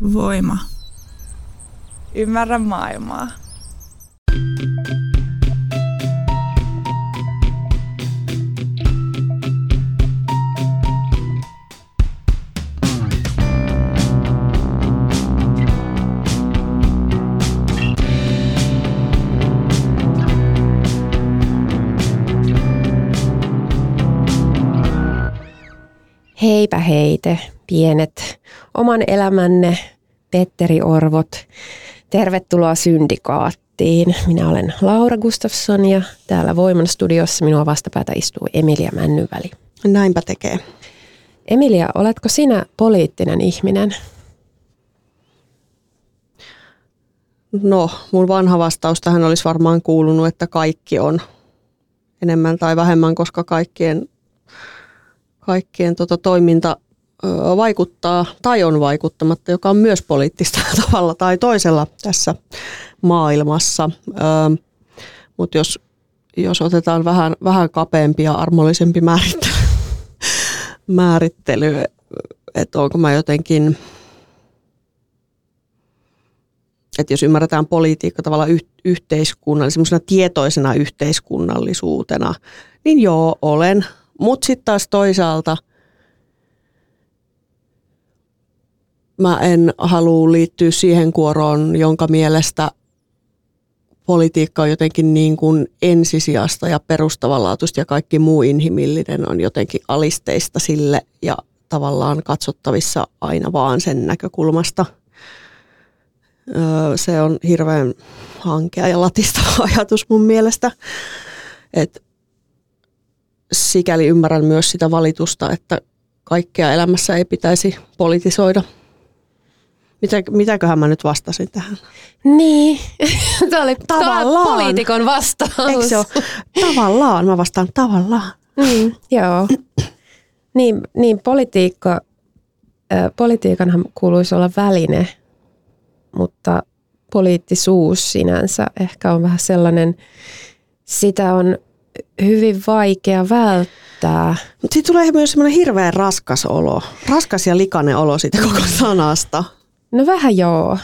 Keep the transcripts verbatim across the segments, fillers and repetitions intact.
Voima. Ymmärrä maailmaa. Heipä heite, pienet oman elämänne Petteri-orvot. Tervetuloa Syndikaattiin. Minä olen Laura Gustafsson ja täällä Voiman studiossa minua vastapäätä istuu Emilia Männyväli. Näinpä tekee. Emilia, oletko sinä poliittinen ihminen? No, mun vanha vastaus tähän olisi varmaan kuulunut, että kaikki on enemmän tai vähemmän, koska kaikkien, kaikkien tota toiminta ö, vaikuttaa tai on vaikuttamatta, joka on myös poliittista tavalla tai toisella tässä maailmassa. Mutta jos, jos otetaan vähän, vähän kapeampi ja armollisempi määrittely, määrittely että onko mä jotenkin... Että jos ymmärretään politiikka tavallaan yh- yhteiskunnallisena, semmoisena tietoisena yhteiskunnallisuutena, niin joo, olen. Mutta sitten taas toisaalta mä en halua liittyä siihen kuoroon, jonka mielestä politiikka on jotenkin niin kuin ensisijasta ja perustavanlaatuista ja kaikki muu inhimillinen on jotenkin alisteista sille ja tavallaan katsottavissa aina vaan sen näkökulmasta. Se on hirveän hankea ja latistava ajatus mun mielestä. Et sikäli ymmärrän myös sitä valitusta, että kaikkea elämässä ei pitäisi politisoida. Mitä, mitäköhän mä nyt vastasin tähän? Niin, tämä oli tavallaan poliitikon vastaus. Eikö se ole? Tavallaan, mä vastaan tavallaan. Mm, joo. Niin, niin politiikka, äh, politiikanhan kuuluisi olla väline, mutta poliittisuus sinänsä ehkä on vähän sellainen, sitä on hyvin vaikea välttää. Mutta siitä tulee myös semmoinen hirveän raskas olo, raskas ja likainen olo siitä koko sanasta. No vähän joo.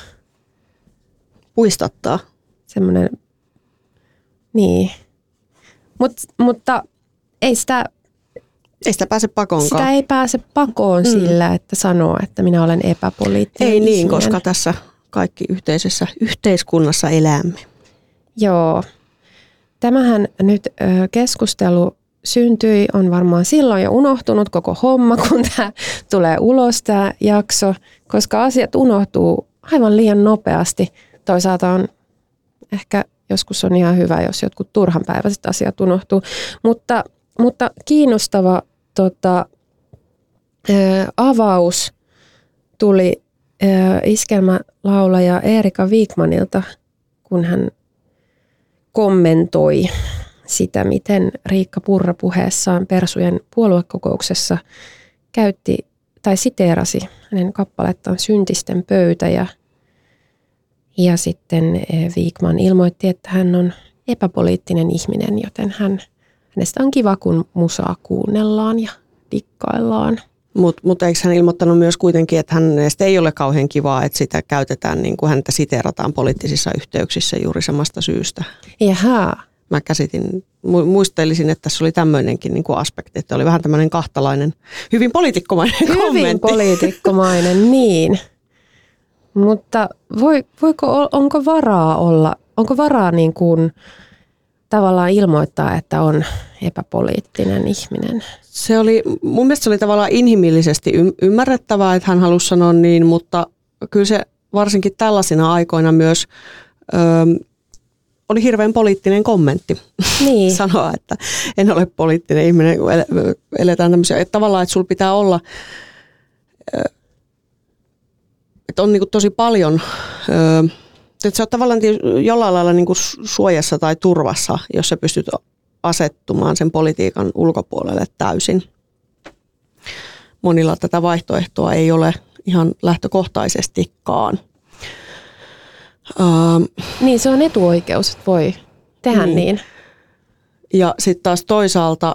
Puistattaa. Semmoinen, niin. Mut, mutta ei sitä, ei sitä pääse pakoonkaan. Sitä ei pääse pakoon mm. sillä, että sanoo, että minä olen epäpoliittinen Ei niin, ihminen. Koska tässä kaikki yhteisessä yhteiskunnassa elämme. Joo. Tämähän nyt ö, keskustelu syntyi, on varmaan silloin jo unohtunut koko homma, kun tämä tulee ulos tämä jakso, koska asiat unohtuu aivan liian nopeasti. Toisaalta on ehkä joskus on ihan hyvä, jos jotkut turhanpäiväiset asiat unohtuu, mutta, mutta kiinnostava tota, ö, avaus tuli ö, iskelmälaulaja Erika Wikmanilta, kun hän kommentoi sitä, miten Riikka Purra puheessaan Persujen puoluekokouksessa käytti tai siteerasi hänen kappalettaan Syntisten pöytä ja, ja sitten Wikman ilmoitti, että hän on epäpoliittinen ihminen, joten hän, hänestä on kiva, kun musaa kuunnellaan ja dikkaillaan. Mutta mut eikö hän ilmoittanut myös kuitenkin, että hänestä ei ole kauhean kivaa, että sitä käytetään niin kuin häntä siteerataan poliittisissa yhteyksissä juuri samasta syystä? Jaha. Mä käsitin, muistelisin, että tässä oli tämmöinenkin niin kuin aspekti, että oli vähän tämmöinen kahtalainen, hyvin poliitikkomainen hyvin kommentti. Hyvin poliitikkomainen, niin. Mutta voi, voiko, onko varaa olla, onko varaa niin kuin tavallaan ilmoittaa, että on epäpoliittinen ihminen? Se oli, mun mielestä se oli tavallaan inhimillisesti ymmärrettävää, että hän halusi sanoa niin, mutta kyllä se varsinkin tällaisina aikoina myös ö, oli hirveän poliittinen kommentti niin. sanoa, että en ole poliittinen ihminen, kun eletään tämmöisiä. Että tavallaan, että sulla pitää olla, että on niin kuin tosi paljon, että sä oot tavallaan jollain lailla niin kuin suojassa tai turvassa, jos sä pystyt asettumaan sen politiikan ulkopuolelle täysin. Monilla tätä vaihtoehtoa ei ole ihan lähtökohtaisestikaan. Ähm, niin, se on etuoikeus, että voi tehdä niin. niin. Ja sitten taas toisaalta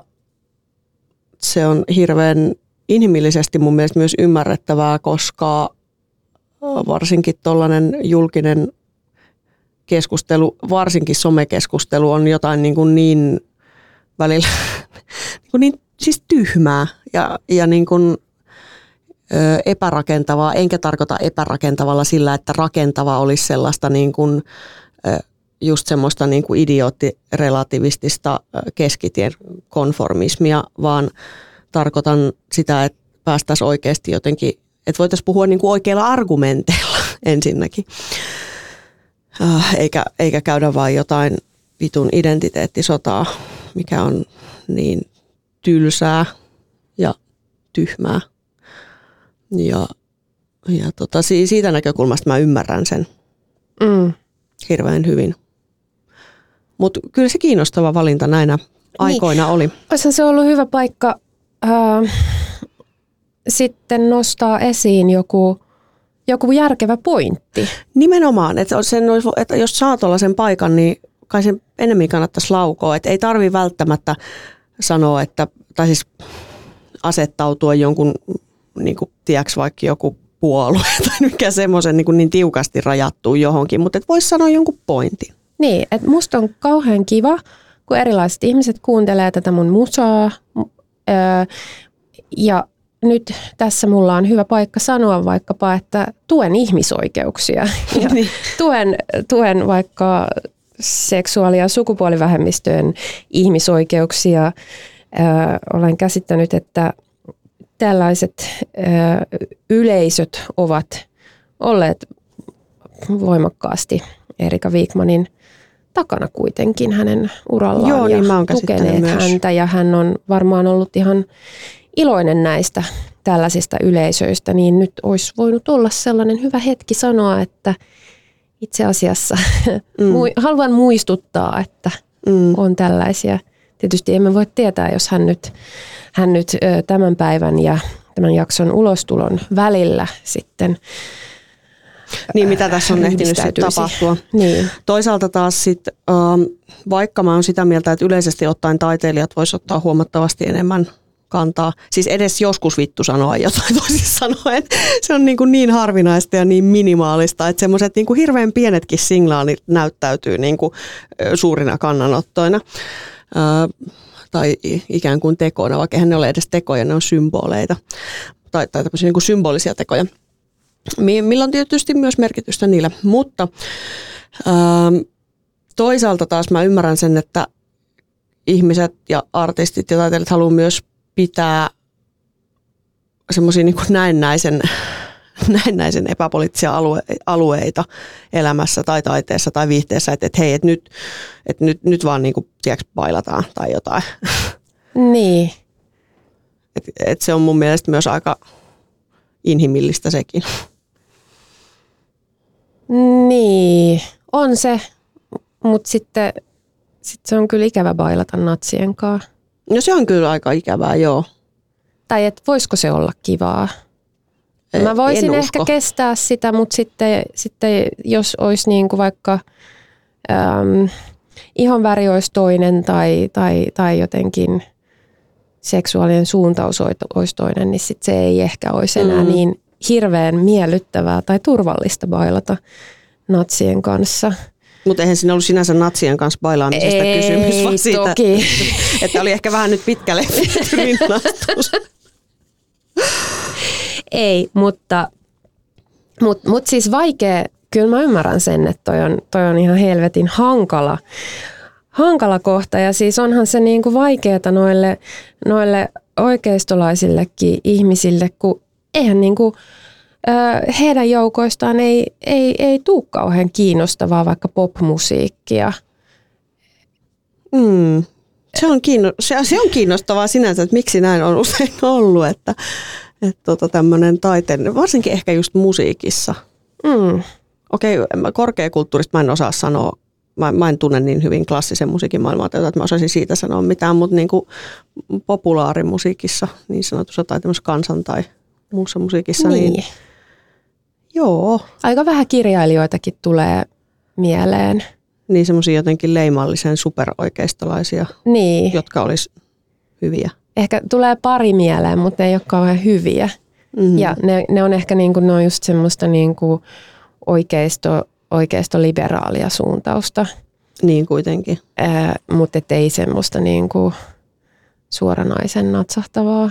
se on hirveän inhimillisesti mun mielestä myös ymmärrettävää, koska varsinkin tuollainen julkinen keskustelu, varsinkin somekeskustelu on jotain niin, kuin niin välillä niin, kuin niin siis tyhmää ja, ja niin kuin, ö, epärakentavaa, enkä tarkoita epärakentavalla sillä, että rakentava olisi sellaista niin kuin, ö, just semmoista niin kuin idioottirelativistista keskitien konformismia, vaan tarkoitan sitä, että päästäisiin oikeasti jotenkin, että voitaisiin puhua niin kuin oikeilla argumenteilla ensinnäkin, eikä, eikä käydä vain jotain vitun identiteettisotaa, mikä on niin tylsää ja tyhmää. Ja, ja tota, siitä näkökulmasta mä ymmärrän sen mm. hirveän hyvin. Mutta kyllä se kiinnostava valinta näinä niin. aikoina oli. Olisihan se ollut hyvä paikka äh, sitten nostaa esiin joku, joku järkevä pointti. Nimenomaan, että, sen, että jos saa tuollaisen paikan, niin kai sen enemmän kannattaisi laukoa. Että ei tarvitse välttämättä sanoa, että, tai siis asettautua jonkun, niin kuin, tiedätkö, vaikka joku puolue tai mikä semmoisen niin, niin tiukasti rajattuu johonkin, mutta voisi sanoa jonkun pointin. Niin, että musta on kauhean kiva, kun erilaiset ihmiset kuuntelee tätä mun musaa öö, ja nyt tässä mulla on hyvä paikka sanoa vaikkapa, että tuen ihmisoikeuksia ja niin. tuen, tuen vaikka seksuaali- ja sukupuolivähemmistöjen ihmisoikeuksia. Öö, olen käsittänyt, että tällaiset öö, yleisöt ovat olleet voimakkaasti Erika Wikmanin takana kuitenkin hänen urallaan. Joo, ja niin tukeneet myös. häntä ja hän on varmaan ollut ihan iloinen näistä tällaisista yleisöistä, niin nyt olisi voinut olla sellainen hyvä hetki sanoa, että itse asiassa mm. haluan muistuttaa, että mm. on tällaisia. Tietysti emme voi tietää, jos hän nyt, hän nyt tämän päivän ja tämän jakson ulostulon välillä sitten niin, mitä tässä on ehtinyt sitten tapahtua. Niin. Toisaalta taas sitten, vaikka mä oon sitä mieltä, että yleisesti ottaen taiteilijat vois ottaa huomattavasti enemmän kantaa. Siis edes joskus vittu sanoa jotain toisin sanoen. Se on niin, kuin niin harvinaista ja niin minimaalista, että semmoiset niin kuin hirveän pienetkin signaalit näyttäytyy niin kuin suurina kannanottoina. Tai ikään kuin tekoina, vaikka eihän ne ole edes tekoja, ne on symboleita. Tai, tai tämmöisiä niin kuin symbolisia tekoja. Millä on tietysti myös merkitystä niillä, mutta ähm, toisaalta taas mä ymmärrän sen, että ihmiset ja artistit ja taiteilijat haluaa myös pitää semmoisia niin kuin näennäisen, näennäisen epäpoliittisia alue, alueita elämässä tai taiteessa tai viihteessä, että, että hei, että nyt, että nyt, nyt vaan niin kuin, tiedätkö, bailataan tai jotain. Niin. Että et se on mun mielestä myös aika inhimillistä sekin. Niin, on se, mutta sitten sit se on kyllä ikävä bailata natsien kanssa. No se on kyllä aika ikävää, joo. Tai että voisiko se olla kivaa? Mä voisin ehkä kestää sitä, mutta sitten, sitten jos olisi niin kuin vaikka äm, ihonväri olisi toinen tai, tai, tai jotenkin seksuaalinen suuntaus olisi toinen, niin sit se ei ehkä olisi enää mm. niin hirveän miellyttävää tai turvallista bailata natsien kanssa. Mutta eihän siinä ollut sinänsä natsien kanssa bailaamisesta ei, kysymys, vaan siitä, toki. että oli ehkä vähän nyt pitkälle rinnastus. Ei, mutta mut, mut siis vaikea, kyllä mä ymmärrän sen, että toi on, toi on ihan helvetin hankala, hankala kohta. Ja siis onhan se niinku vaikeaa noille, noille oikeistolaisillekin ihmisille, kun eihän niinku, ö, heidän joukoistaan ei, ei, ei tule kauhean kiinnostavaa vaikka popmusiikkia. Mm. Se, on kiinno, se, se on kiinnostavaa sinänsä, että miksi näin on usein ollut, että Että tota tämmöinen taiteen, varsinkin ehkä just musiikissa. Mm. Okei, korkeakulttuurista mä en osaa sanoa, mä, mä en tunne niin hyvin klassisen musiikin maailmaa, että mä osaisin siitä sanoa mitään, mutta niin kuin populaarimusiikissa, niin sanotussa tai tämmöisessä kansan tai muussa musiikissa, niin, niin joo. Aika vähän kirjailijoitakin tulee mieleen. Niin semmoisia jotenkin leimallisen superoikeistolaisia, niin. jotka olisi hyviä. Ehkä tulee pari mieleen, mutta ne ei ole kauhean hyviä. Mm. Ja ne, ne on ehkä niinku, ne on just semmoista niinku oikeisto, oikeistoliberaalia suuntausta. Niin kuitenkin. Ää, mutta ei semmoista niinku suoranaisen natsahtavaa.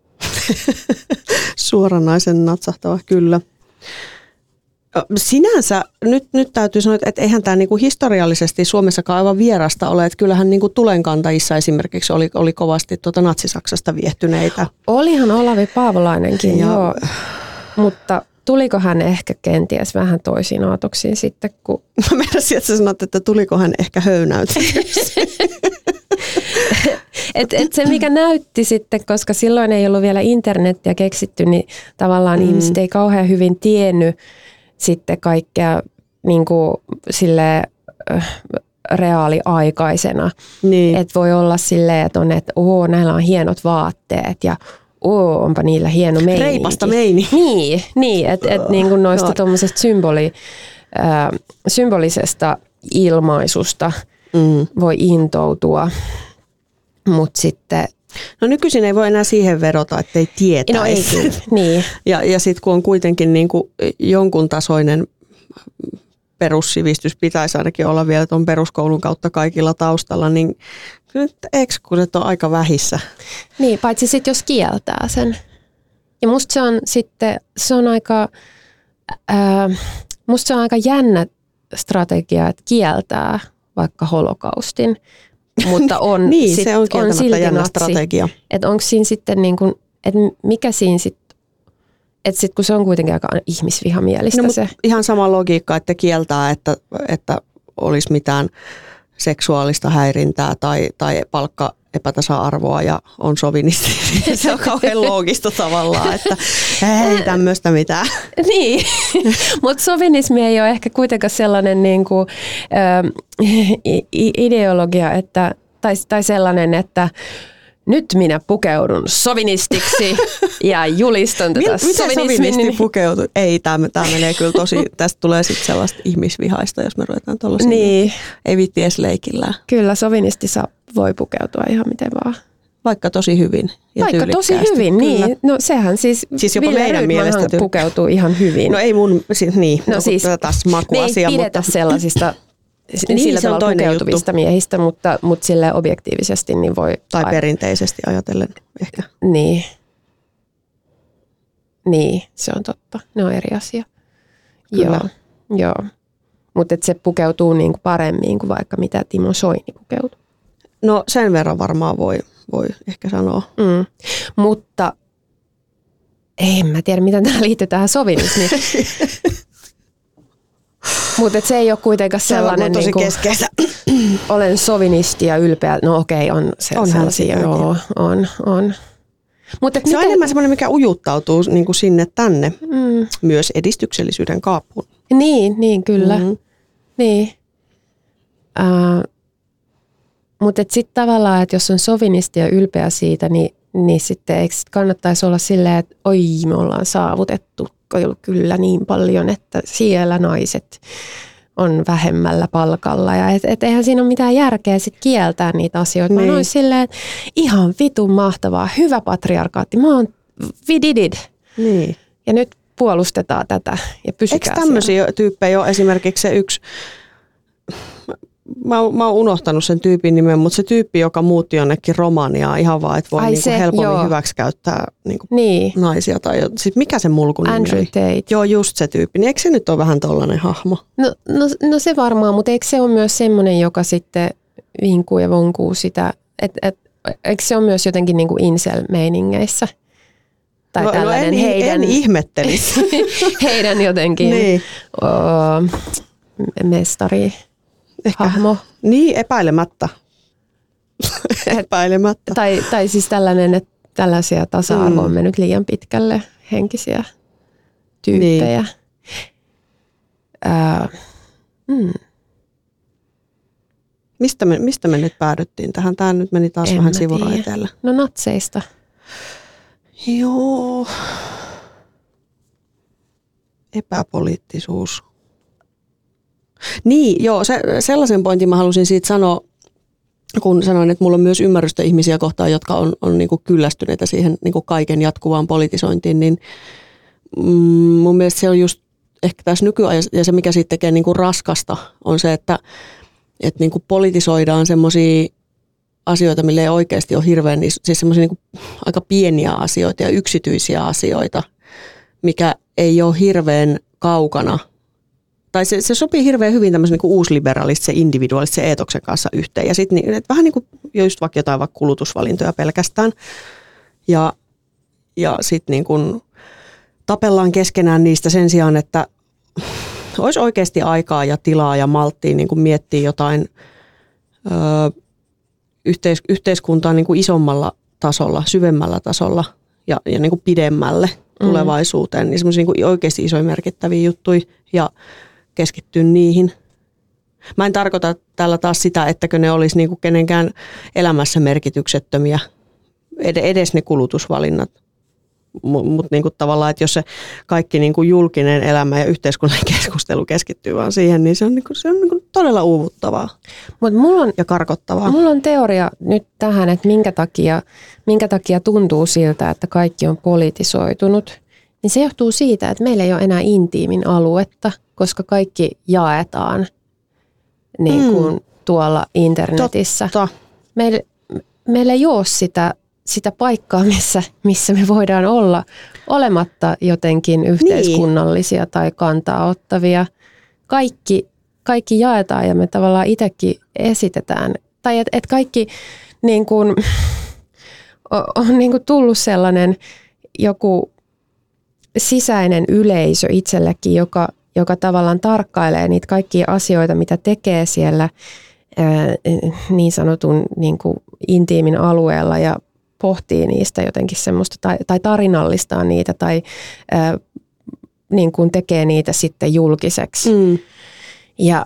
Suoranaisen natsahtavaa, kyllä. Sinänsä, nyt, nyt täytyy sanoa, että eihän tämä niinku historiallisesti Suomessakaan aivan vierasta ole, että kyllähän niinku tulenkantajissa esimerkiksi oli, oli kovasti tuota Natsi-Saksasta viehtyneitä. Olihan Olavi Paavolainenkin, ja, joo, mutta tuliko hän ehkä kenties vähän toisiin aatoksiin sitten, kun... Mä menisin, että sä sanot, että tuliko hän ehkä höynäytetyksi. et, et se mikä näytti sitten, koska silloin ei ollut vielä internetiä keksitty, niin tavallaan mm. ihmiset ei kauhean hyvin tiennyt sitten kaikkea niin kuin sille äh, reaaliaikaisena. Niin. Että voi olla silleen, että on, että oo, näillä on hienot vaatteet ja oo, onpa niillä hieno meininki. Reipasta meininki. Niin, niin että et, niin kuin noista tuommoisesta symboli, äh, symbolisesta ilmaisusta mm. voi intoutua, mutta sitten... No nykyisin ei voi enää siihen vedota, ettei tietäisi. No ei, niin. Ja, ja sitten kun on kuitenkin niin kuin jonkun tasoinen perussivistys, pitäisi ainakin olla vielä tuon peruskoulun kautta kaikilla taustalla, niin kyllä ekskuuset on aika vähissä. Niin, paitsi sitten jos kieltää sen. Ja musta se on sitten, se on aika, ää, musta se on aika jännä strategia, että kieltää vaikka holokaustin. Mutta on, niin, sit, se on on silti jännä natsi. strategia. Että onko siinä sitten niin kuin, että mikä siinä sitten, että sitten kun se on kuitenkin aika ihmisvihamielistä no, se. Ihan sama logiikka, että kieltää, että, että olisi mitään seksuaalista häirintää tai, tai palkka epätasa-arvoa ja on sovinisti. Se on kauhean loogista tavallaan, että ei tämmöistä mitään. Niin, mutta sovinismi ei ole ehkä kuitenkaan sellainen niin kuin, ä, ideologia, että, tai, tai sellainen, että nyt minä pukeudun sovinistiksi ja julistan tätä sovinismin. Miten sovinisti pukeutuu? Ei, tämä, tämä menee kyllä tosi, tästä tulee sitten sellaista ihmisvihaista, jos me ruvetaan tuollaisia. Niin. Ei vitti edes leikillään. Kyllä, sovinisti saa, voi pukeutua ihan miten vaan. Vaikka tosi hyvin ja Vaikka tosi hyvin, kyllä. Niin. No sehän siis, siis jopa Ville meidän mielestä ty- pukeutuu ihan hyvin. No ei mun, siis, niin, no siis taas makuasia. Me ei pidetä mutta... sellaisista niin, sillä tavalla pukeutuvista juttu. miehistä, mutta, mutta sille objektiivisesti niin voi... Tai perinteisesti ajatellen ehkä. Niin. Niin, se on totta. Ne on eri asia. Kyllä. Joo, joo. Mutta se pukeutuu niinku paremmin kuin vaikka mitä Timo Soini pukeutuu. No sen verran varmaan voi, voi ehkä sanoa. Mm. Mutta en mä tiedä, miten tämä liittyy tähän sovinismiin. Mutta se ei ole kuitenkaan sellainen, tosi niin kuin, olen sovinisti ja ylpeä. No okei, on se on sellaisia. Joo, on, on. Mut se mitä... on enemmän semmoinen, mikä ujuttautuu niin kuin sinne tänne, mm. myös edistyksellisyyden kaappuun. Niin, niin kyllä. Mm-hmm. Niin. Uh, mutta sitten tavallaan, että jos on sovinisti ja ylpeä siitä, niin, niin sitten eikö sit kannattaisi olla silleen, että oi, me ollaan saavutettu kyllä niin paljon, että siellä naiset on vähemmällä palkalla. Ja et, et eihän siinä ole mitään järkeä sit kieltää niitä asioita. Niin. Mä oon silleen, että ihan vitun mahtavaa, hyvä patriarkaatti. Mä oon, we did it. Niin. Ja nyt puolustetaan tätä ja pysykää eikö tämmöisiä tyyppejä ole esimerkiksi se yksi, mä, mä oon unohtanut sen tyypin nimen, mutta se tyyppi, joka muutti jonnekin Romaniaan ihan vaan, että voi niinku se, helpommin joo. hyväksikäyttää niinku niin. naisia. Tai, sit mikä se mulkun nimi Andrew oli? Tate. Joo, just se tyyppi. Niin eikö se nyt ole vähän tollainen hahmo? No, no, no se varmaan, mutta eikö se ole myös semmoinen, joka sitten vinkuu ja vonkuu sitä, että et, eikö se ole myös jotenkin niinku incel-meiningeissä? Tai no, tällainen no en, heidän, en ihmettelisi. heidän jotenkin niin. o, mestari Ehkä, hahmo. Niin, epäilemättä. epäilemättä. Tai, tai siis tällainen, että tällaisia tasa-arvoa on mm. mennyt liian pitkälle, henkisiä tyyppejä. Niin. Ää, mm. mistä, me, mistä me nyt päädyttiin tähän? Tämä nyt meni taas en vähän sivuraiteelle. No natseista. Joo. Epäpoliittisuus. Niin, joo, se, sellaisen pointin mä halusin siitä sanoa, kun sanoin, että mulla on myös ymmärrystä ihmisiä kohtaan, jotka on, on niin kuin kyllästyneitä siihen niin kuin kaiken jatkuvaan politisointiin, niin mm, mun mielestä se on just ehkä tässä nykyajassa, ja se mikä siitä tekee niin kuin raskasta, on se, että, että niin kuin politisoidaan semmoisia asioita, millä ei oikeasti ole hirveän, siis semmoisia niin kuin aika pieniä asioita ja yksityisiä asioita, mikä ei ole hirveän kaukana. Tai se, se sopii hirveän hyvin tämmöisen niin uusliberalistisen, individualistisen eetoksen kanssa yhteen. Ja sitten niin, vähän niin kuin just vaikka jotain vaikka kulutusvalintoja pelkästään. Ja, ja sitten niin kuin tapellaan keskenään niistä sen sijaan, että olisi oikeasti aikaa ja tilaa ja malttia niin kuin miettiä jotain ö, yhteis, yhteiskuntaa niin kuin isommalla tasolla, syvemmällä tasolla ja, ja niin kuin pidemmälle tulevaisuuteen. Mm. Niin semmoisia niin kuin oikeasti isoja merkittäviä juttuja ja keskittyä niihin. Mä en tarkoita tällä taas sitä, ettäkö ne olisi niin kuin kenenkään elämässä merkityksettömiä, edes ne kulutusvalinnat. Mutta niin kuin tavallaan, että jos se kaikki niin kuin julkinen elämä ja yhteiskunnallinen keskustelu keskittyy vaan siihen, niin se on, niin kuin, se on niin kuin todella uuvuttavaa Mut mulla on, ja karkottavaa. Mulla on teoria nyt tähän, että minkä takia, minkä takia tuntuu siltä, että kaikki on politisoitunut. Niin se johtuu siitä, että meillä ei ole enää intiimin aluetta, koska kaikki jaetaan niin kuin mm. tuolla internetissä. Meillä, meillä ei ole sitä, sitä paikkaa, missä, missä me voidaan olla olematta jotenkin yhteiskunnallisia niin. tai kantaa ottavia. Kaikki, kaikki jaetaan ja me tavallaan itsekin esitetään. Tai että et kaikki niin kuin, on, on niin kuin tullut sellainen joku sisäinen yleisö itsellekin, joka, joka tavallaan tarkkailee niitä kaikkia asioita, mitä tekee siellä ää, niin sanotun niin kuin intiimin alueella ja pohtii niistä jotenkin semmoista tai, tai tarinallistaa niitä tai ää, niin kuin tekee niitä sitten julkiseksi. Mm. Ja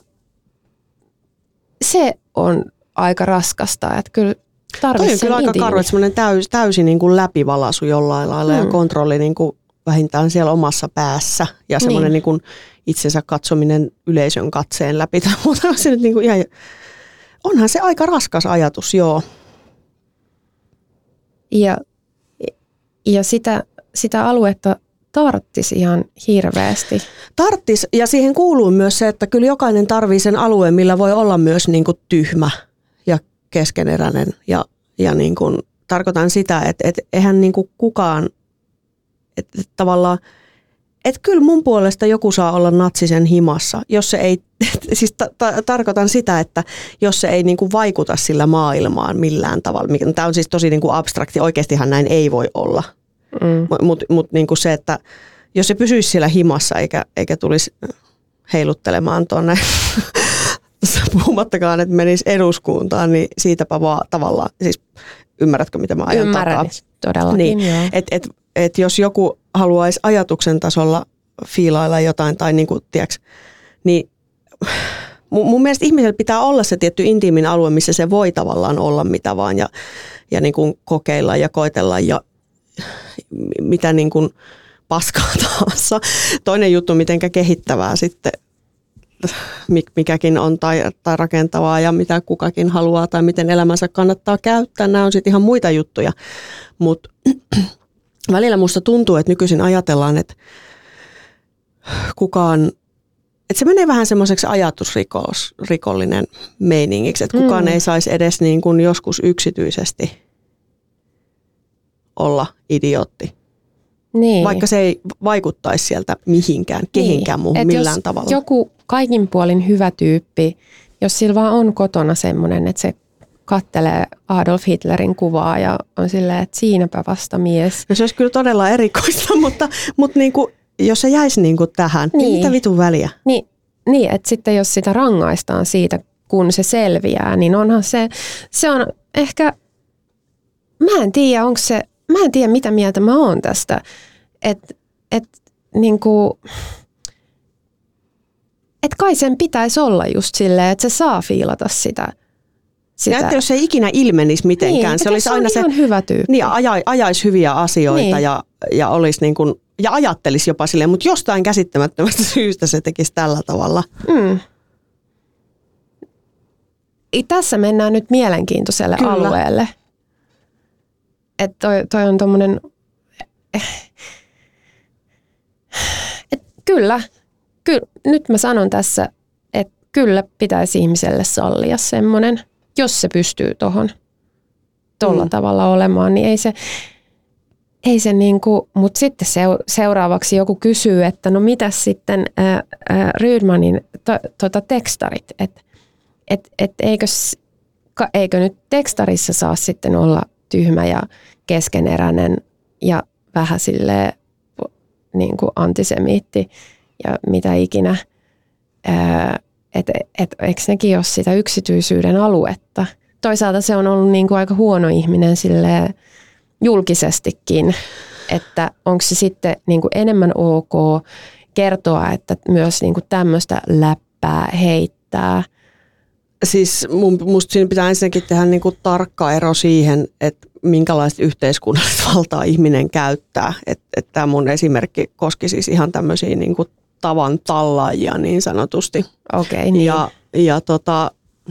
se on aika raskasta, että kyllä tarvitsee. Toi on kyllä aika karu, että semmoinen täysi, täysi niin kuin läpivalaisu jollain lailla mm. ja kontrolli niin kuin vähintään siellä omassa päässä ja semmoinen niin. niin itsensä katsominen yleisön katseen läpi. Se nyt niin kuin ihan, onhan se aika raskas ajatus, joo. Ja, ja sitä, sitä aluetta tarttisi ihan hirveästi. Tarttis, ja siihen kuuluu myös se, että kyllä jokainen tarvii sen alueen, millä voi olla myös niin kuin tyhmä ja keskeneräinen. Ja, ja niin kuin, tarkoitan sitä, että, että eihän niin kuin kukaan, että, että tavallaan, että kyllä mun puolesta joku saa olla natsisen himassa, jos se ei, siis ta, ta, tarkoitan sitä, että jos se ei niin kuin vaikuta sillä maailmaan millään tavalla. Tämä on siis tosi niin kuin abstrakti, oikeastihan näin ei voi olla. Mm. Mutta mut niinku se, että jos se pysyisi siellä himassa eikä, eikä tulisi heiluttelemaan tuonne, puhumattakaan, että menisi eduskuntaan, niin siitäpä vaan tavallaan, siis ymmärrätkö mitä mä ajan Ymmärrän, takaa? todellakin, niin, että et, et jos joku haluaisi ajatuksen tasolla fiilailla jotain tai niinku, tiiäks, niin mun, mun mielestä ihmisellä pitää olla se tietty intiimin alue, missä se voi tavallaan olla mitä vaan ja, ja niinku kokeilla ja koetella ja mitä niin kuin paskaa tahansa. Toinen juttu, mitenkä kehittävää sitten mikäkin on tai, tai rakentavaa ja mitä kukakin haluaa tai miten elämänsä kannattaa käyttää. Nämä on sitten ihan muita juttuja. Mutta välillä musta tuntuu, että nykyisin ajatellaan, että kukaan, että se menee vähän semmoiseksi ajatusrikollinen meiningiksi, että kukaan mm. ei saisi edes niin kuin joskus yksityisesti olla idiootti. Niin. Vaikka se ei vaikuttaisi sieltä mihinkään, kehenkään niin. muuhun et millään jos tavalla. Joku kaikin puolin hyvä tyyppi, jos sillä vaan on kotona semmoinen, että se kattelee Adolf Hitlerin kuvaa ja on silleen, että siinäpä vasta mies. No se olisi kyllä todella erikoista, mutta, mutta niin kuin, jos se jäisi niin kuin tähän, niin, niin mitä vitun väliä? Niin, niin, että sitten jos sitä rangaistaan siitä, kun se selviää, niin onhan se, se on ehkä, mä en tiedä, onko se, Mä en tiedä, mitä mieltä mä oon tästä, että et, niinku, et kai sen pitäisi olla just silleen, että se saa fiilata sitä. sitä. Ja että jos se ei ikinä ilmenisi mitenkään, niin, se olisi aina se, hyvä tyyppi. Niin, aja, ajaisi hyviä asioita niin. ja, ja, olisi niin kuin, ja ajattelisi jopa silleen, mutta jostain käsittämättömästä syystä se tekisi tällä tavalla. Mm. tässä mennään nyt mielenkiintoiselle Kyllä. alueelle. Että toi, toi on tommonen, et kyllä, kyllä, nyt mä sanon tässä, että kyllä pitäisi ihmiselle sallia semmoinen, jos se pystyy tohon tolla mm. tavalla olemaan, niin ei se, ei se niinku, mutta sitten seuraavaksi joku kysyy, että no mitäs sitten ää, ää, Rydmanin to, tota tekstarit, että et, et eikö, eikö nyt tekstarissa saa sitten olla tyhmä ja keskeneräinen ja vähän silleen niin kuin antisemiitti ja mitä ikinä, että et, eikö nekin ole sitä yksityisyyden aluetta. Toisaalta se on ollut niin kuin aika huono ihminen silleen julkisestikin, että onko se sitten niin kuin enemmän ok kertoa, että myös niin kuin tämmöistä läppää heittää. Siis mun, musta siinä pitää ensinnäkin tehdä niin kuin tarkka ero siihen, että minkälaista yhteiskunnallista valtaa ihminen käyttää. Että et tämä mun esimerkki koski siis ihan tämmöisiä niin kuin tavan tallaajia niin sanotusti. Okei, okay, niin. Ja, ja tota,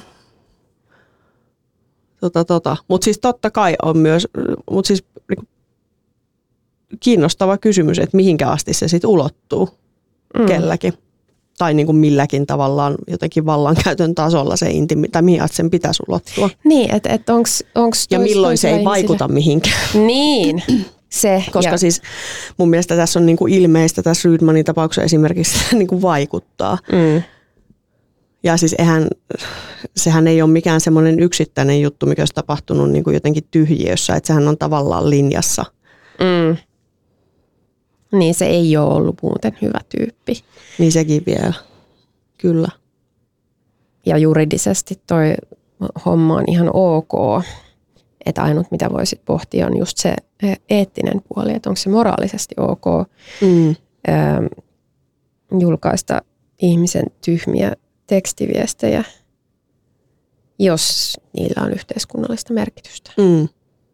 tota, tota. Mutta siis totta kai on myös, mutta siis niin kiinnostava kysymys, että mihinkä asti se sitten ulottuu mm. kelläkin. Tai niin kuin milläkin tavallaan jotenkin vallankäytön tasolla se intimi, tai mihin asti sen pitäisi ulottua. Niin, että et onko... Ja milloin se ei ihmisille vaikuta mihinkään. Niin, se. Koska ja. Siis mun mielestä tässä on niin kuin ilmeistä, tässä Rydmanin tapauksessa esimerkiksi niin kuin vaikuttaa. Mm. Ja siis eihän, sehän ei ole mikään semmoinen yksittäinen juttu, mikä olisi tapahtunut niin kuin jotenkin tyhjiössä, että sehän on tavallaan linjassa. Mm. Niin se ei ole ollut muuten hyvä tyyppi. Niin sekin vielä, kyllä. Ja juridisesti toi homma on ihan ok. Että ainut mitä voisit pohtia on just se eettinen puoli, että onko se moraalisesti ok mm. julkaista ihmisen tyhmiä tekstiviestejä, jos niillä on yhteiskunnallista merkitystä. Mm.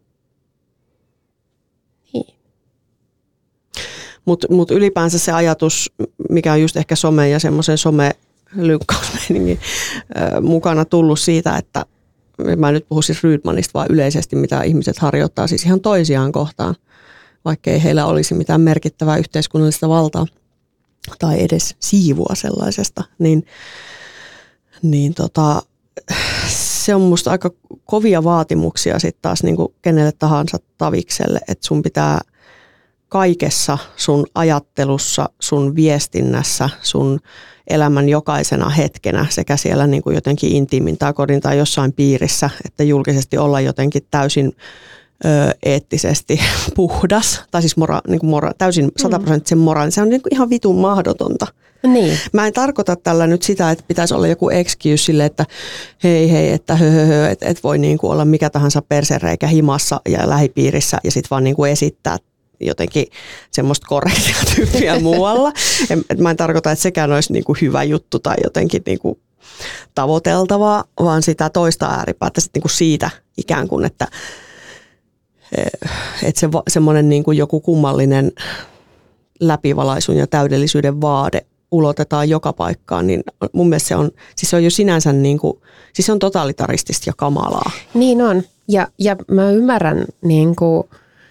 Niin. Mutta mut ylipäänsä se ajatus, mikä on just ehkä some ja semmoisen some-lynkkausmeiningin mukana tullut siitä, että mä en nyt puhu siis Rydmanista, vaan yleisesti mitä ihmiset harjoittaa siis ihan toisiaan kohtaan, vaikka ei heillä olisi mitään merkittävää yhteiskunnallista valtaa tai edes siivua sellaisesta, niin, niin tota, se on musta aika kovia vaatimuksia sitten taas niin kuin kenelle tahansa tavikselle, että sun pitää kaikessa sun ajattelussa, sun viestinnässä, sun elämän jokaisena hetkenä sekä siellä niin kuin jotenkin intiimin tai kodin tai jossain piirissä, että julkisesti olla jotenkin täysin ö, eettisesti puhdas tai siis mora, niin kuin mora, täysin sataprosenttisen moraalinen. Se on niin kuin ihan vitun mahdotonta. Niin. Mä en tarkoita tällä nyt sitä, että pitäisi olla joku excuse sille, että hei hei, että hö, hö, hö, että et voi niin kuin olla mikä tahansa persereikä himassa ja lähipiirissä ja sitten vaan niin kuin esittää jotenkin semmoista korrektia tyyppiä muualla. Et mä en tarkoita, että sekään olisi niinku hyvä juttu tai jotenkin niinku tavoiteltavaa, vaan sitä toista ääripäätä niinku siitä ikään kuin, että, että se semmoinen niinku joku kummallinen läpivalaisun ja täydellisyyden vaade ulotetaan joka paikkaan, niin mun mielestä se on, siis se on jo sinänsä niinku, siis se on totalitaristista ja kamalaa. Niin on. Ja, ja mä ymmärrän niinku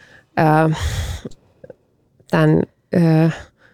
tämän ö,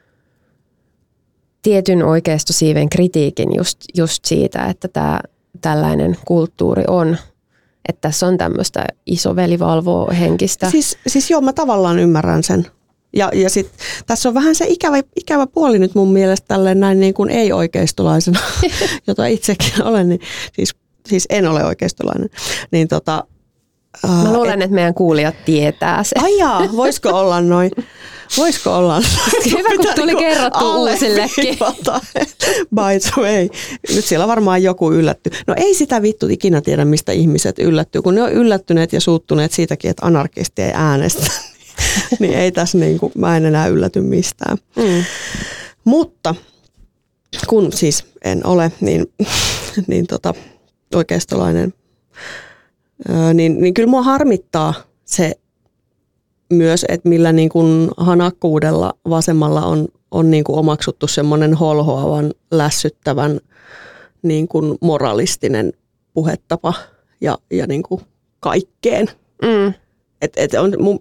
tietyn oikeistosiiven kritiikin just, just siitä, että tämä tällainen kulttuuri on, että tässä on tämmöistä isoveli valvoo henkistä. Siis, siis joo, mä tavallaan ymmärrän sen. Ja, ja sit, tässä on vähän se ikävä, ikävä puoli nyt mun mielestä tälleen näin niin kuin ei-oikeistolaisena, jota itsekin olen, niin siis, siis en ole oikeistolainen, niin tota, mä luulen, että meidän kuulijat tietää se. Ai jaa, voisiko olla noin? Voisiko olla noin? Hyvä, kun tuli kerrottu uusillekin. By the way. Nyt siellä varmaan joku yllättyy. No ei sitä vittu ikinä tiedä, mistä ihmiset yllättyy. Kun ne on yllättyneet ja suuttuneet siitäkin, että anarkisti ei äänestä. Niin ei tässä niin kuin, mä en enää ylläty mistään. Mm. Mutta kun siis en ole, niin, niin tota, oikeistolainen, Niin, niin kyllä mua harmittaa se myös, että millä niin kuin hanakkuudella vasemmalla on, on niin kuin omaksuttu semmoinen holhoavan, lässyttävän, niin kuin moralistinen puhetapa ja, ja niin kuin kaikkeen. Mm. Et, et on, mun,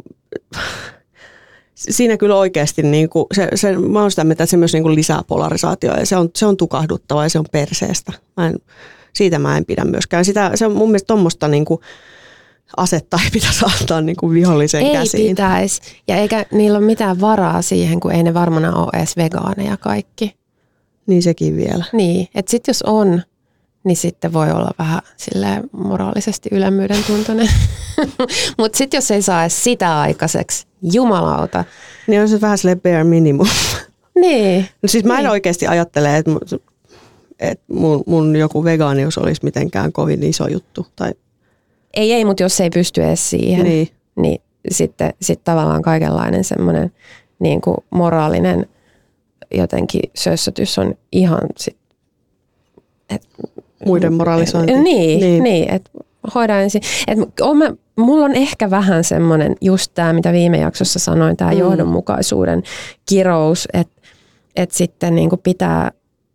siinä kyllä oikeasti, niin kuin, se, se, mä oon sitä mieltä, että se myös niin kuin lisää polarisaatioa ja se on, se on tukahduttava ja se on perseestä. Mä en, siitä mä en pidä myöskään. Sitä, se on mun mielestä tuommoista niin kuin asetta ei pitäisi antaa niin kuin vihollisen ei käsiin. Ei pitäisi. Ja eikä niillä ole mitään varaa siihen, kun ei ne varmana ole edes vegaaneja kaikki. Niin sekin vielä. Niin, että sitten jos on, niin sitten voi olla vähän silleen moraalisesti ylemmyyden tuntoinen. Mutta sitten jos ei saa edes sitä aikaiseksi, jumalauta. Niin on se vähän silleen bare minimum. Niin. No siis mä en niin. oikeasti ajattele, että, että mun, mun joku vegaanius olisi mitenkään kovin iso juttu. Tai... Ei, ei, mutta jos ei pysty edes siihen, niin, niin sitten sit tavallaan kaikenlainen semmoinen niin kuin moraalinen jotenkin sössötys on ihan sit, et, muiden moralisointi. Niin, niin. niin että hoida ensin. Et mä, mulla on ehkä vähän semmoinen just tämä, mitä viime jaksossa sanoin, tämä mm. johdonmukaisuuden kirous, että et sitten niin kuin pitää,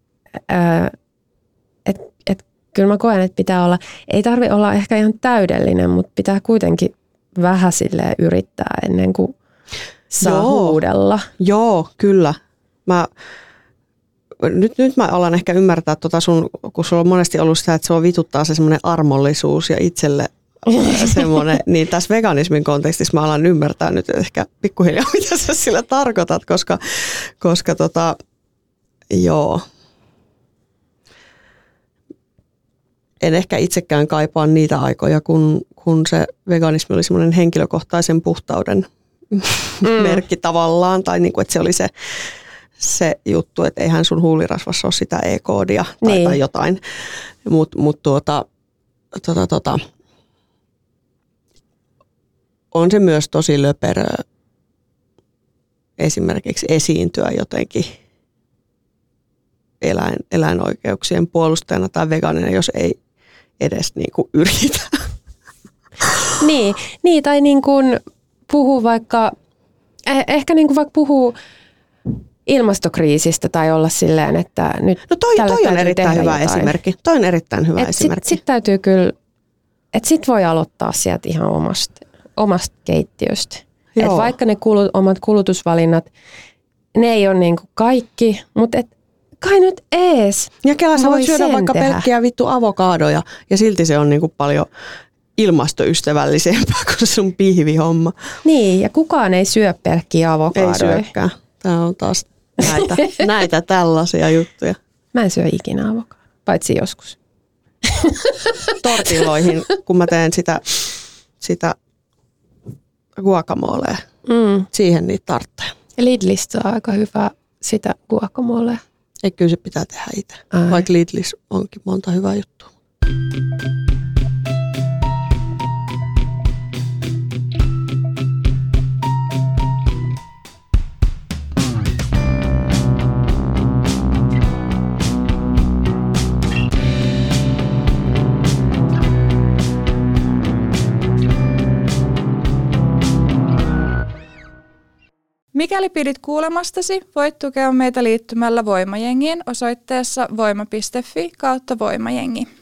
että et, kyllä mä koen, että pitää olla, ei tarvi olla ehkä ihan täydellinen, mutta pitää kuitenkin vähän silleen yrittää ennen kuin saa Joo. huudella. Joo, kyllä. Mä, nyt, nyt mä alan ehkä ymmärtää, tota sun, kun sulla on monesti ollut sitä, että sua vituttaa se semmoinen armollisuus ja itselle semmoinen, niin tässä veganismin kontekstissa mä alan ymmärtää nyt ehkä pikkuhiljaa, mitä sä sillä tarkoitat, koska, koska tota, joo. En ehkä itsekään kaipaa niitä aikoja, kun, kun se veganismi oli semmoinen henkilökohtaisen puhtauden mm. merkki tavallaan, tai niin kuin, että se oli se, se juttu, että eihän sun huulirasvassa ole sitä e-koodia tai, niin. tai jotain, mutta mut tuota, tuota, tuota, on se myös tosi löperö esimerkiksi esiintyä jotenkin eläin, eläinoikeuksien puolustajana tai vegaanina, jos ei edes niin kuin yritä. Niin, niin, tai niin kuin puhuu vaikka, ehkä niin kuin vaikka puhuu ilmastokriisistä tai olla silleen, että nyt no toi, toi on erittäin hyvä jotain. esimerkki. Toi on erittäin hyvä et esimerkki. Sitten sit täytyy kyllä, että sit voi aloittaa sieltä ihan omasta, omasta keittiöstä. Et vaikka ne kulut, omat kulutusvalinnat, ne ei ole niin kuin kaikki, mutta et kai nyt ees. Ja Kela, sä voit syödä vaikka tehdä. pelkkiä vittu avokaadoja ja silti se on niin kuin paljon ilmastoystävällisempää kuin sun pihvihomma. Niin, ja kukaan ei syö pelkkiä avokaadoja. Ei syökkää. Tää on taas näitä, näitä tällaisia juttuja. Mä en syö ikinä avokaadoja, paitsi joskus. Tortilloihin, kun mä teen sitä, sitä guacamolea, Mm. siihen niitä tarttee. Ja Lidlistä on aika hyvä sitä guacamolea. Ei, kyllä se pitää tehdä itse, Ai. vaikka Lidlissä onkin monta hyvää juttua. Mikäli pidit kuulemastasi, voit tukea meitä liittymällä Voimajengiin osoitteessa voima piste fi kautta voimajengi.